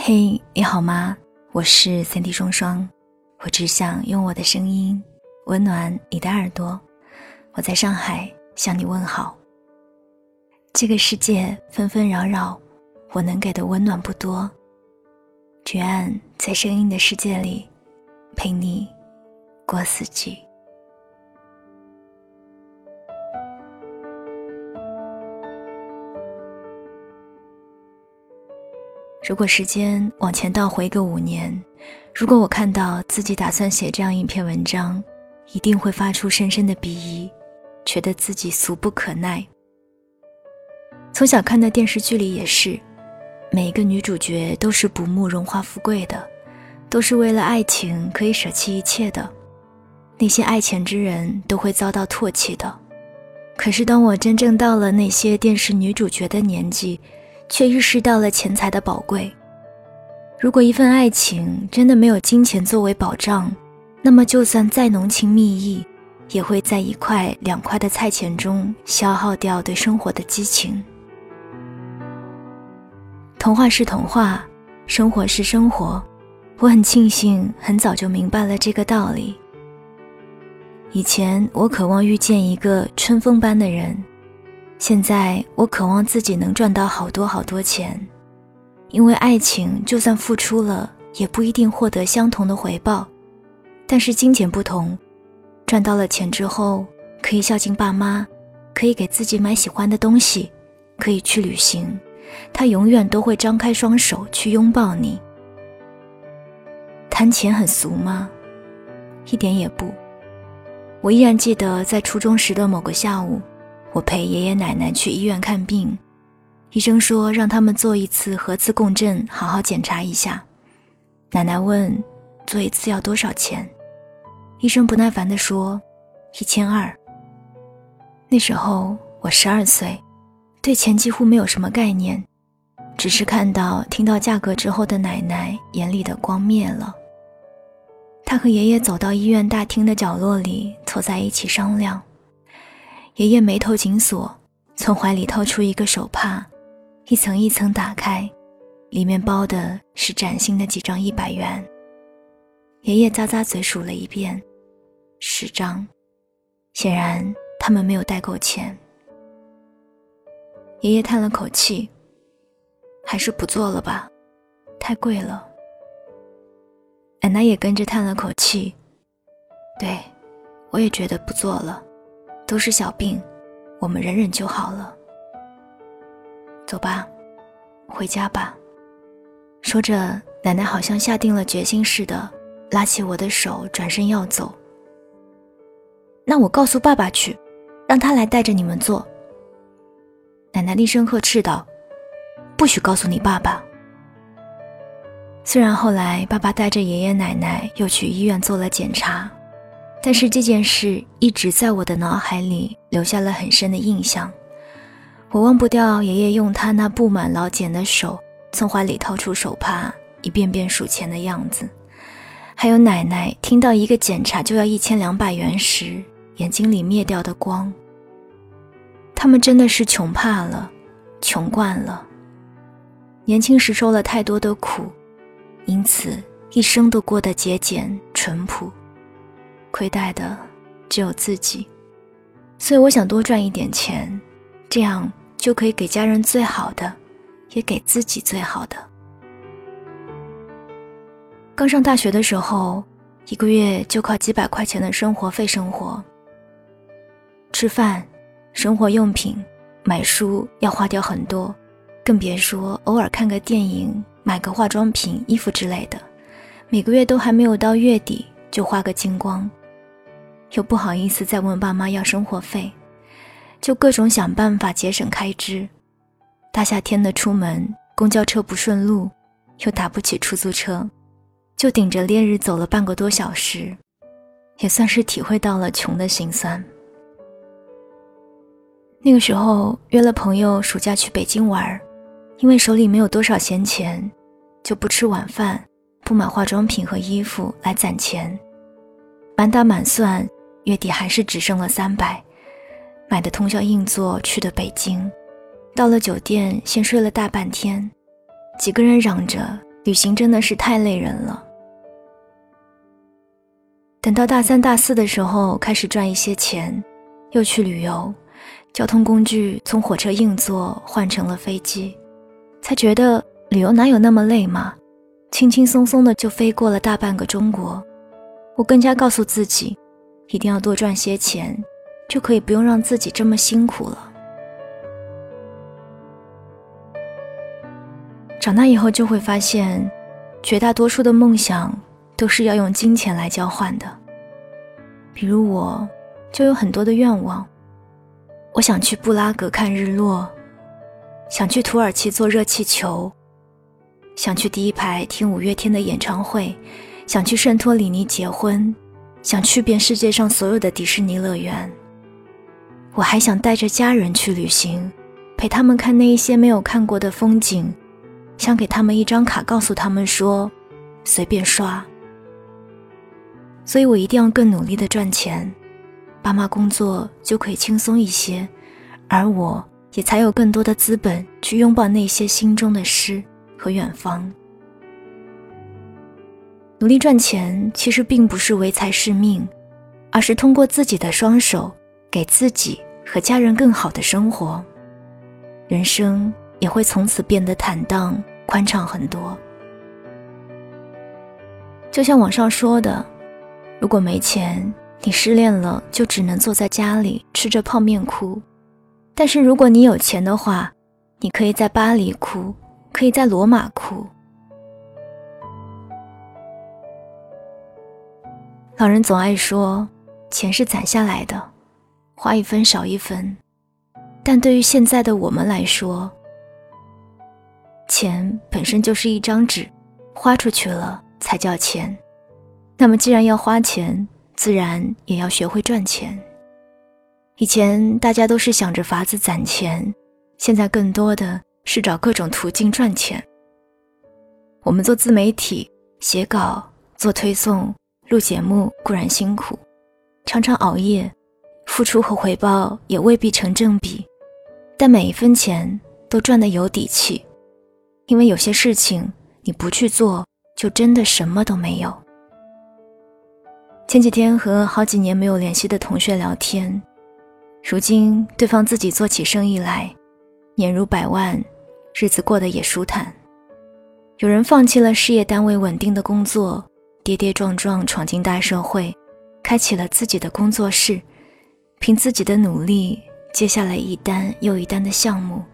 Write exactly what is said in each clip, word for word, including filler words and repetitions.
嘿，你好吗？我是三 D 双双，我只想用我的声音温暖你的耳朵。我在上海向你问好。这个世界纷纷扰扰，我能给的温暖不多，只愿在声音的世界里陪你过四季。如果时间往前倒回个五年，如果我看到自己打算写这样一篇文章，一定会发出深深的鄙夷，觉得自己俗不可耐。从小看的电视剧里也是，每一个女主角都是不慕荣华富贵的，都是为了爱情可以舍弃一切的，那些爱钱之人都会遭到唾弃的。可是当我真正到了那些电视女主角的年纪，却意识到了钱财的宝贵。如果一份爱情真的没有金钱作为保障，那么就算再浓情蜜意，也会在一块两块的菜钱中消耗掉对生活的激情。童话是童话，生活是生活，我很庆幸很早就明白了这个道理。以前我渴望遇见一个春风般的人，现在我渴望自己能赚到好多好多钱，因为爱情就算付出了，也不一定获得相同的回报。但是金钱不同，赚到了钱之后，可以孝敬爸妈，可以给自己买喜欢的东西，可以去旅行，他永远都会张开双手去拥抱你。谈钱很俗吗？一点也不。我依然记得在初中时的某个下午，我陪爷爷奶奶去医院看病，医生说让他们做一次核磁共振，好好检查一下。奶奶问做一次要多少钱，医生不耐烦地说一千二。那时候我十二岁，对钱几乎没有什么概念，只是看到听到价格之后的奶奶眼里的光灭了。她和爷爷走到医院大厅的角落里，凑在一起商量。爷爷眉头紧锁，从怀里掏出一个手帕，一层一层打开，里面包的是崭新的几张一百元。爷爷咂咂嘴数了一遍，十张，显然他们没有带够钱。爷爷叹了口气，还是不做了吧，太贵了。奶奶也跟着叹了口气，对，我也觉得不做了，都是小病，我们忍忍就好了。走吧，回家吧。说着，奶奶好像下定了决心似的，拉起我的手转身要走。那我告诉爸爸去，让他来带着你们做。奶奶厉声呵斥道，不许告诉你爸爸。虽然后来爸爸带着爷爷奶奶又去医院做了检查，但是这件事一直在我的脑海里留下了很深的印象。我忘不掉爷爷用他那布满老茧的手从怀里掏出手帕，一遍遍数钱的样子，还有奶奶听到一个检查就要一千两百元时眼睛里灭掉的光。他们真的是穷怕了，穷惯了，年轻时受了太多的苦，因此一生都过得节俭淳朴，亏待的只有自己。所以我想多赚一点钱，这样就可以给家人最好的，也给自己最好的。刚上大学的时候，一个月就靠几百块钱的生活费生活，吃饭、生活用品、买书要花掉很多，更别说偶尔看个电影、买个化妆品、衣服之类的，每个月都还没有到月底就花个精光，又不好意思再问爸妈要生活费，就各种想办法节省开支。大夏天的出门，公交车不顺路，又打不起出租车，就顶着烈日走了半个多小时，也算是体会到了穷的辛酸。那个时候约了朋友暑假去北京玩，因为手里没有多少闲钱，就不吃晚饭，不买化妆品和衣服来攒钱。满打满算，月底还是只剩了三百，买的通宵硬座去的北京。到了酒店先睡了大半天，几个人嚷着旅行真的是太累人了。等到大三大四的时候开始赚一些钱，又去旅游，交通工具从火车硬座换成了飞机，才觉得旅游哪有那么累嘛，轻轻松松的就飞过了大半个中国。我更加告诉自己，一定要多赚些钱，就可以不用让自己这么辛苦了。长大以后就会发现，绝大多数的梦想都是要用金钱来交换的。比如我就有很多的愿望，我想去布拉格看日落，想去土耳其坐热气球，想去第一排听五月天的演唱会，想去圣托里尼结婚，想去遍世界上所有的迪士尼乐园。我还想带着家人去旅行，陪他们看那一些没有看过的风景，想给他们一张卡，告诉他们说随便刷。所以我一定要更努力地赚钱，爸妈工作就可以轻松一些，而我也才有更多的资本去拥抱那些心中的诗和远方。努力赚钱其实并不是唯财是命，而是通过自己的双手给自己和家人更好的生活，人生也会从此变得坦荡宽敞很多。就像网上说的，如果没钱，你失恋了就只能坐在家里吃着泡面哭，但是如果你有钱的话，你可以在巴黎哭，可以在罗马哭。老人总爱说，钱是攒下来的，花一分少一分，但对于现在的我们来说，钱本身就是一张纸，花出去了才叫钱。那么既然要花钱，自然也要学会赚钱。以前大家都是想着法子攒钱，现在更多的是找各种途径赚钱。我们做自媒体，写稿，做推送，录节目固然辛苦，常常熬夜，付出和回报也未必成正比，但每一分钱都赚得有底气，因为有些事情你不去做，就真的什么都没有。前几天和好几年没有联系的同学聊天，如今对方自己做起生意来，年入百万，日子过得也舒坦。有人放弃了事业单位稳定的工作，跌跌撞撞闯进大社会，开启了自己的工作室，凭自己的努力接下来一单又一单的项目。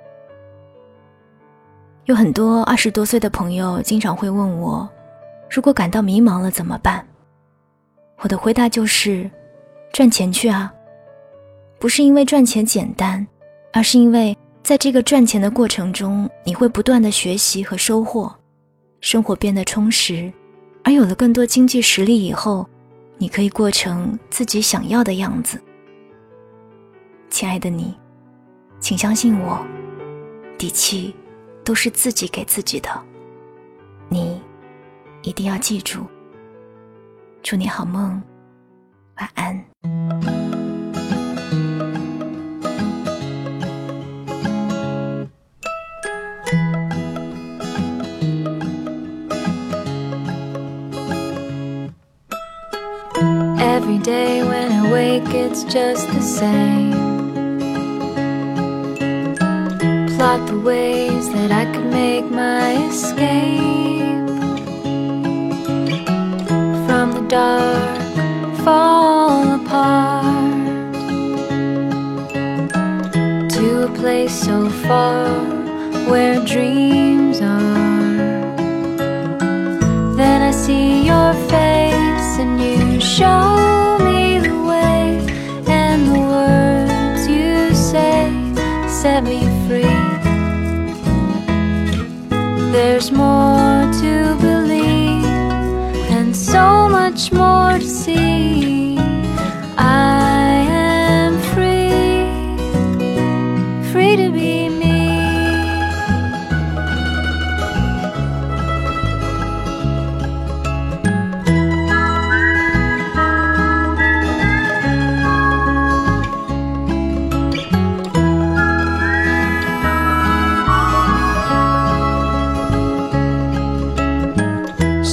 有很多二十多岁的朋友经常会问我，如果感到迷茫了怎么办？我的回答就是赚钱去啊。不是因为赚钱简单，而是因为在这个赚钱的过程中，你会不断的学习和收获，生活变得充实，而有了更多经济实力以后，你可以过成自己想要的样子。亲爱的你，请相信我，底气都是自己给自己的，你一定要记住。祝你好梦，晚安。 Every day when I wake it's just the same. Plot the ways that I could make my escape from the dark, fall apart to a place so far where dreams are. Then I see your face and you show me the way, and the words you say set me free. There's more to believe and so much more to see. I am free, free to be me.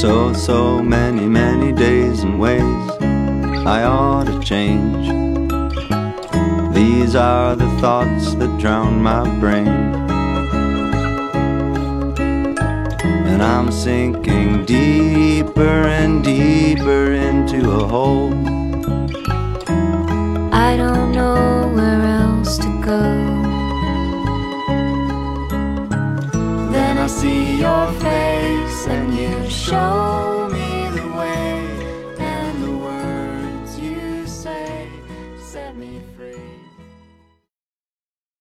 So, so many, many days and ways I ought to change. These are the thoughts that drown my brain, and I'm sinking deeper and deeper into a hole. I don't know where else to go. Then I see your face and you show me